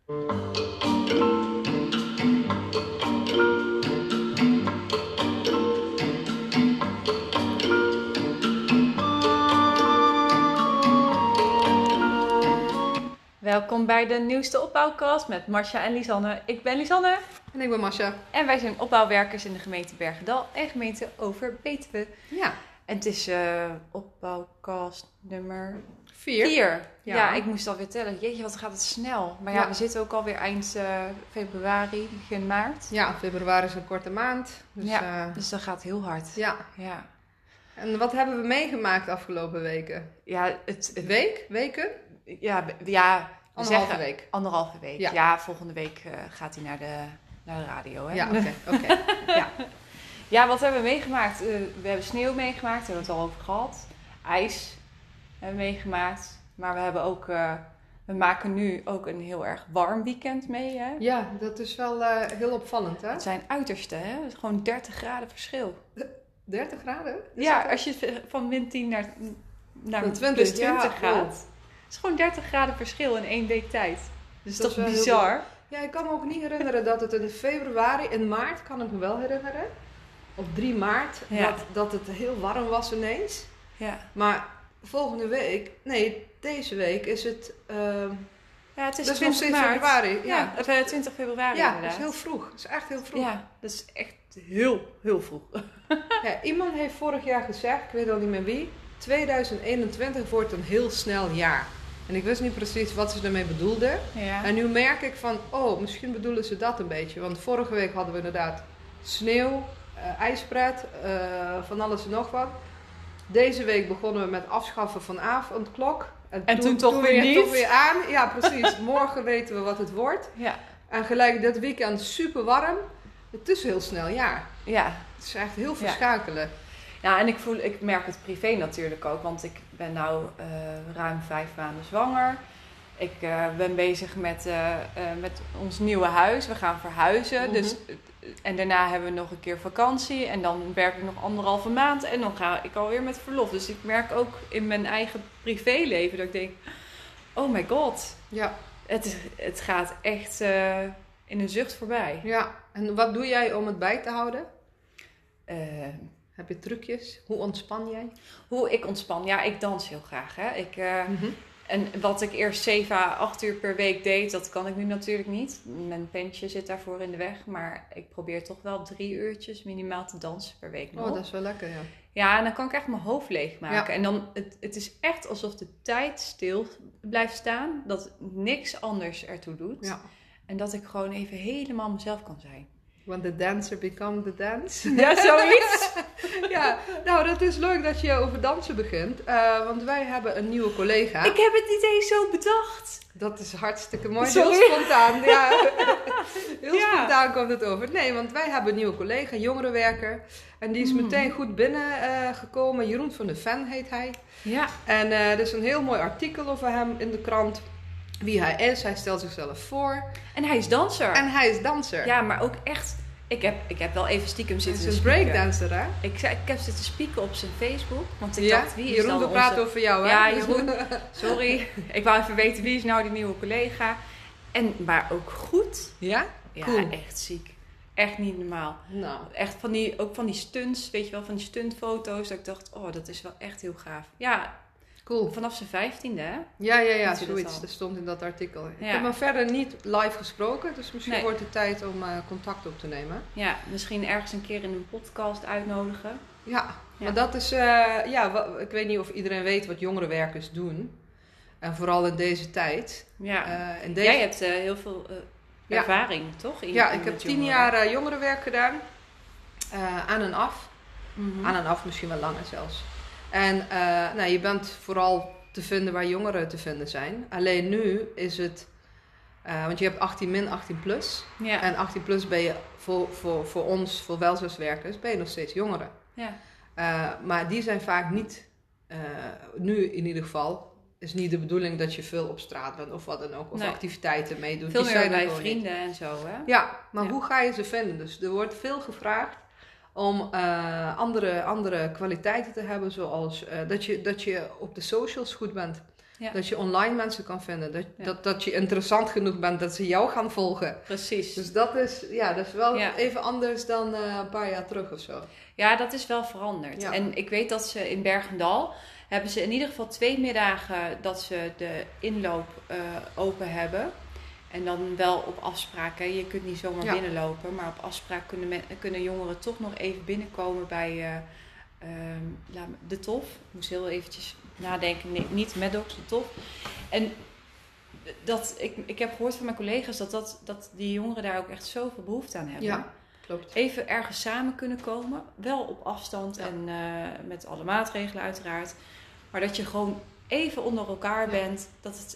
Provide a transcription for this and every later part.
Welkom bij de nieuwste opbouwcast met Marcia en Lisanne. Ik ben Lisanne. En ik ben Marcia. En wij zijn opbouwwerkers in de gemeente Bergendal en gemeente Overbetuwe. Ja. En het is opbouwcast nummer 4. Ja, ik moest alweer tellen. Jeetje, wat gaat het snel. Maar ja, we zitten ook alweer eind februari, begin maart. Ja, februari is een korte maand. Dus, dus dat gaat heel hard. Ja. En wat hebben we meegemaakt de afgelopen weken? Ja, Weken? Ja. Anderhalve week. Anderhalve week. Ja, volgende week gaat hij naar de radio. Hè? Ja, oké. Ja. Ja, wat hebben we meegemaakt? We hebben sneeuw meegemaakt, daar hebben we het al over gehad. IJs hebben we meegemaakt. Maar we hebben ook, we maken nu ook een heel erg warm weekend mee. Hè? Ja, dat is wel heel opvallend, hè? Het zijn uiterste, hè? Het is gewoon 30 graden verschil. 30 graden? Ja, als je van min 10 naar plus 20 gaat. Het is gewoon 30 graden verschil in 1 week tijd. Dus dat is toch bizar? Ja, ik kan me ook niet herinneren dat het in februari, in maart kan ik me wel herinneren. Op 3 maart, dat het heel warm was ineens. Ja. Maar deze week is het... ja, het is dat 20 februari. Ja, 20 februari ja, inderdaad. dat is heel vroeg. Dat is echt heel vroeg. Ja, dat is echt heel, heel vroeg. Ja, iemand heeft vorig jaar gezegd, ik weet al niet meer wie, 2021 wordt een heel snel jaar. En ik wist niet precies wat ze ermee bedoelden. Ja. En nu merk ik van, misschien bedoelen ze dat een beetje. Want vorige week hadden we inderdaad sneeuw, ijspret, van alles en nog wat. Deze week begonnen we met afschaffen van avondklok. En toen toch weer niet. Toch weer aan. Ja, precies. Morgen weten we wat het wordt. Ja. En gelijk dit weekend super warm. Het is heel snel jaar. Ja. Het is echt heel verschakelen. Ja, en ik merk het privé natuurlijk ook, want ik ben nu ruim 5 maanden zwanger. Ik ben bezig met ons nieuwe huis. We gaan verhuizen. Mm-hmm. Dus, en daarna hebben we nog een keer vakantie. En dan werk ik nog 1,5 maand. En dan ga ik alweer met verlof. Dus ik merk ook in mijn eigen privéleven dat ik denk, oh my god. Ja. Het gaat echt in een zucht voorbij. Ja. En wat doe jij om het bij te houden? Heb je trucjes? Hoe ontspan jij? Hoe ik ontspan? Ja, ik dans heel graag. Hè. En wat ik eerst 7 à 8 uur per week deed, dat kan ik nu natuurlijk niet. Mijn pensje zit daarvoor in de weg. Maar ik probeer toch wel 3 uurtjes minimaal te dansen per week nog. Oh, dat is wel lekker, ja. Ja, en dan kan ik echt mijn hoofd leegmaken. Ja. En dan, het is echt alsof de tijd stil blijft staan. Dat niks anders ertoe doet. Ja. En dat ik gewoon even helemaal mezelf kan zijn. When the dancer becomes the dance. Ja, zoiets. Ja, nou dat is leuk dat je over dansen begint. Want wij hebben een nieuwe collega. Ik heb het niet eens zo bedacht. Dat is hartstikke mooi. Sorry. Heel spontaan. Ja. Heel spontaan komt het over. Nee, want wij hebben een nieuwe collega, jongerenwerker. En die is meteen goed binnengekomen. Jeroen van de Ven heet hij. Ja. En er is een heel mooi artikel over hem in de krant. Wie hij is, hij stelt zichzelf voor. En hij is danser. Ja, maar ook echt... Ik heb wel even stiekem zitten Hij is een breakdancer, hè? Ik heb zitten spieken op zijn Facebook. Want ik dacht, wie is Jeroen, dan we praten over jou, hè? Ja, Jeroen. Sorry. Ik wou even weten, wie is nou die nieuwe collega? Maar ook goed. Ja? Ja, cool. Echt ziek. Echt niet normaal. Nou. Echt ook van die stunts, weet je wel, van die stuntfoto's. Dat ik dacht, dat is wel echt heel gaaf. Ja, cool. Vanaf zijn 15e, hè? Ja, zoiets. Dat stond in dat artikel. Ik heb hem verder niet live gesproken, dus misschien wordt het tijd om contact op te nemen. Ja, misschien ergens een keer in een podcast uitnodigen. Ja. Maar dat is, ik weet niet of iedereen weet wat jongerenwerkers doen. En vooral in deze tijd. Ja. Jij hebt heel veel ervaring, toch? Ik heb 10 jaar jongerenwerk gedaan. Aan en af. Mm-hmm. Aan en af, misschien wel langer zelfs. En je bent vooral te vinden waar jongeren te vinden zijn. Alleen nu is het... want je hebt 18 min, 18 plus. Ja. En 18 plus ben je voor ons, voor welzijnswerkers, ben je nog steeds jongeren. Ja. Maar die zijn vaak niet... nu in ieder geval... is niet de bedoeling dat je veel op straat bent of wat dan ook. Of activiteiten meedoet. Veel die meer zijn bij vrienden en zo, hè? Ja, maar hoe ga je ze vinden? Dus er wordt veel gevraagd om andere kwaliteiten te hebben. Zoals dat je op de socials goed bent. Ja. Dat je online mensen kan vinden. Dat je interessant genoeg bent dat ze jou gaan volgen. Precies. Dus dat is wel even anders dan een paar jaar terug of zo. Ja, dat is wel veranderd. Ja. En ik weet dat ze in Bergendal hebben ze in ieder geval 2 middagen dat ze de inloop open hebben. En dan wel op afspraak. Hè. Je kunt niet zomaar binnenlopen. Maar op afspraak kunnen jongeren toch nog even binnenkomen bij de TOF. Ik moest heel eventjes nadenken. Nee, niet Maddox, de TOF. En ik heb gehoord van mijn collega's dat die jongeren daar ook echt zoveel behoefte aan hebben. Ja, klopt. Even ergens samen kunnen komen. Wel op afstand en met alle maatregelen uiteraard. Maar dat je gewoon even onder elkaar bent. Dat het,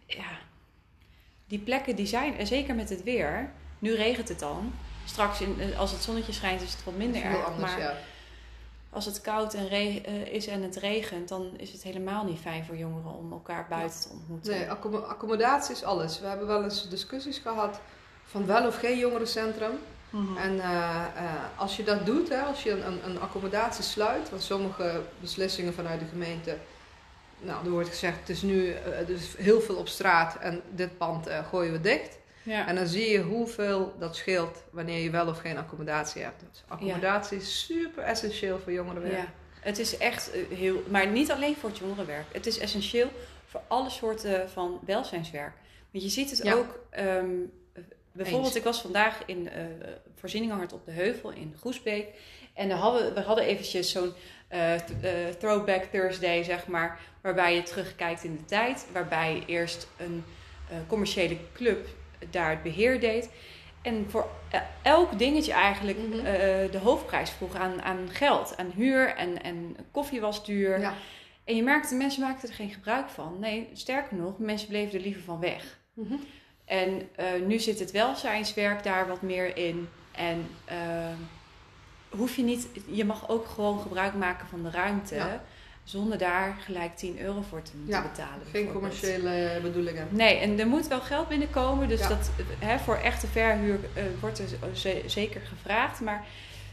die plekken die zijn, en zeker met het weer. Nu regent het dan. Straks als het zonnetje schijnt is het wat minder erg. Anders, maar als het koud en is en het regent, dan is het helemaal niet fijn voor jongeren om elkaar buiten te ontmoeten. Nee, accommodatie is alles. We hebben wel eens discussies gehad van wel of geen jongerencentrum. Mm-hmm. En als je dat doet, als je een accommodatie sluit, want sommige beslissingen vanuit de gemeente, er wordt gezegd, het is nu dus heel veel op straat en dit pand gooien we dicht. Ja. En dan zie je hoeveel dat scheelt wanneer je wel of geen accommodatie hebt. Dus accommodatie is super essentieel voor jongerenwerk. Ja. Het is echt maar niet alleen voor het jongerenwerk. Het is essentieel voor alle soorten van welzijnswerk. Want je ziet het ook, bijvoorbeeld ik was vandaag in Voorzieningenhart op de Heuvel in Groesbeek. En we hadden eventjes zo'n throwback Thursday, zeg maar, waarbij je terugkijkt in de tijd. Waarbij eerst een commerciële club daar het beheer deed. En voor elk dingetje eigenlijk de hoofdprijs vroeg aan geld, aan huur en koffie was duur. Ja. En je merkte, mensen maakten er geen gebruik van. Nee, sterker nog, mensen bleven er liever van weg. Mm-hmm. En nu zit het welzijnswerk daar wat meer in. En hoef je niet, je mag ook gewoon gebruik maken van de ruimte. Ja. Zonder daar gelijk €10 voor te moeten betalen. Geen commerciële bedoelingen. Nee, en er moet wel geld binnenkomen. Dus dat, voor echte verhuur wordt er zeker gevraagd. Maar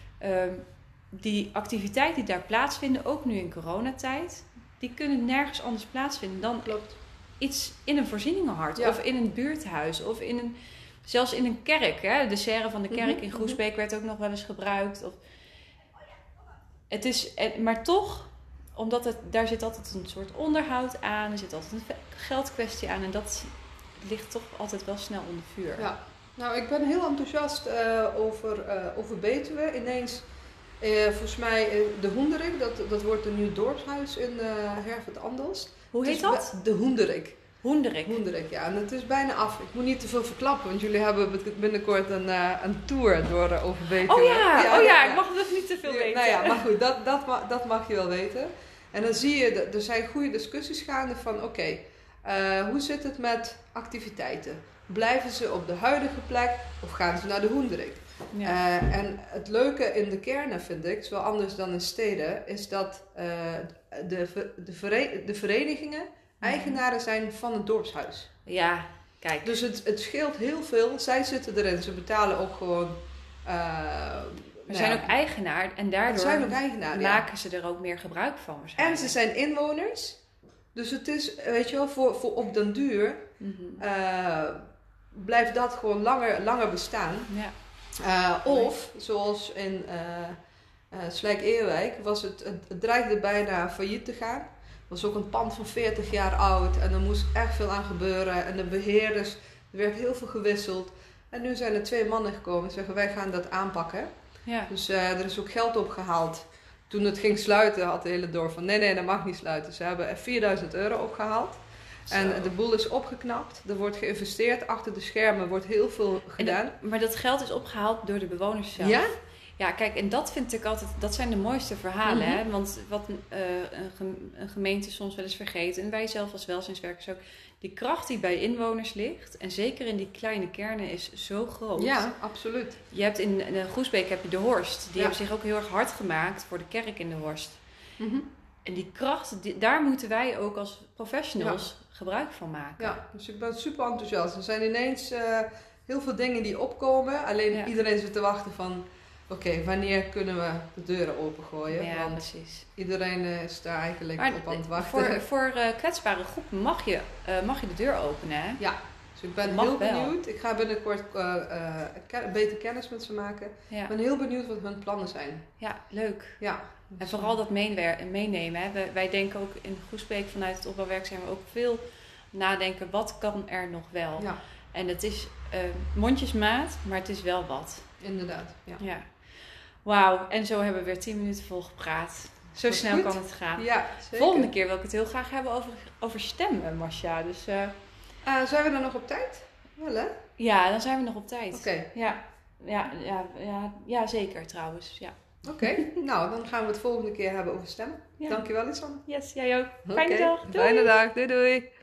die activiteiten die daar plaatsvinden, ook nu in coronatijd, die kunnen nergens anders plaatsvinden dan iets in een voorzieningenhart. Ja. Of in een buurthuis. Of zelfs in een kerk. Hè? De serre van de kerk in Groesbeek werd ook nog wel eens gebruikt. Maar toch, omdat daar zit altijd een soort onderhoud aan. Er zit altijd een geldkwestie aan. En dat ligt toch altijd wel snel onder vuur. Ja. Nou, ik ben heel enthousiast over Betuwe. Ineens, volgens mij, de Hoenderik. Dat wordt een nieuw dorpshuis in Hervet Andelst. Hoe heet dat? De Hoenderik. Hoenderik, ja. En het is bijna af. Ik moet niet te veel verklappen, want jullie hebben binnenkort een tour over Betuwe. Oh ja, ik mag dus niet te veel weten. Nou ja, maar goed, dat mag je wel weten. En dan zie je, er zijn goede discussies gaande van hoe zit het met activiteiten? Blijven ze op de huidige plek of gaan ze naar de Hoenderik? Ja. En het leuke in de kernen vind ik, wel anders dan in steden, is dat de verenigingen eigenaren zijn van het dorpshuis. Ja, kijk. Dus het scheelt heel veel. Zij zitten erin. Ze betalen ook gewoon. We zijn ook eigenaar en daardoor maken ze er ook meer gebruik van waarschijnlijk. En ze zijn inwoners. Dus het is, weet je wel, voor op den duur blijft dat gewoon langer bestaan. Ja. Of, zoals in Slijk-Eerwijk, het dreigde bijna failliet te gaan. Het was ook een pand van 40 jaar oud en er moest echt veel aan gebeuren. En de beheerders, er werd heel veel gewisseld. En nu zijn er 2 mannen gekomen en zeggen, wij gaan dat aanpakken. Ja. Dus er is ook geld opgehaald. Toen het ging sluiten had de hele dorp van, nee, dat mag niet sluiten. Ze hebben er €4.000 opgehaald. Zo. En de boel is opgeknapt. Er wordt geïnvesteerd. Achter de schermen wordt heel veel gedaan. Maar dat geld is opgehaald door de bewoners zelf. Ja? Ja, kijk, en dat vind ik altijd, dat zijn de mooiste verhalen. Hè? Want wat een gemeente soms wel eens vergeet, en wij zelf als welzijnswerkers ook, die kracht die bij inwoners ligt, en zeker in die kleine kernen, is zo groot. Ja, absoluut. Je hebt in Groesbeek heb je de Horst. Die hebben zich ook heel erg hard gemaakt voor de kerk in de Horst. Mm-hmm. En die kracht, daar moeten wij ook als professionals gebruik van maken. Ja, dus ik ben super enthousiast. Er zijn ineens heel veel dingen die opkomen. Alleen iedereen zit te wachten van, oké, wanneer kunnen we de deuren opengooien? Ja, Want precies. iedereen is daar eigenlijk Maar op aan het wachten. voor kwetsbare groepen mag je de deur openen, hè? Ja, dus ik ben Mag heel wel. benieuwd. Ik ga binnenkort beter kennis met ze maken. Ja. Ik ben heel benieuwd wat hun plannen zijn. Ja, leuk. Ja. En vooral dat meenemen. Hè. Wij denken ook in Groesbeek vanuit het opbouwwerk zijn we ook veel nadenken. Wat kan er nog wel? Ja, En het is mondjesmaat, maar het is wel wat. inderdaad. Ja. Ja. Wauw. En zo hebben we weer 10 minuten vol gepraat. Zo Dat is snel goed. kan het gaan. Ja, zeker. Volgende keer wil ik het heel graag hebben over stemmen, Masha. Dus Zijn we dan nog op tijd? Wel hè? ja, dan zijn we nog op tijd. Oké. Ja, zeker trouwens. Ja. Oké. Nou, dan gaan we het volgende keer hebben over stemmen. Ja. Dankjewel, Lisanne. Yes, jij ook. Fijne dag. Doei. Fijne dag. Doei doei.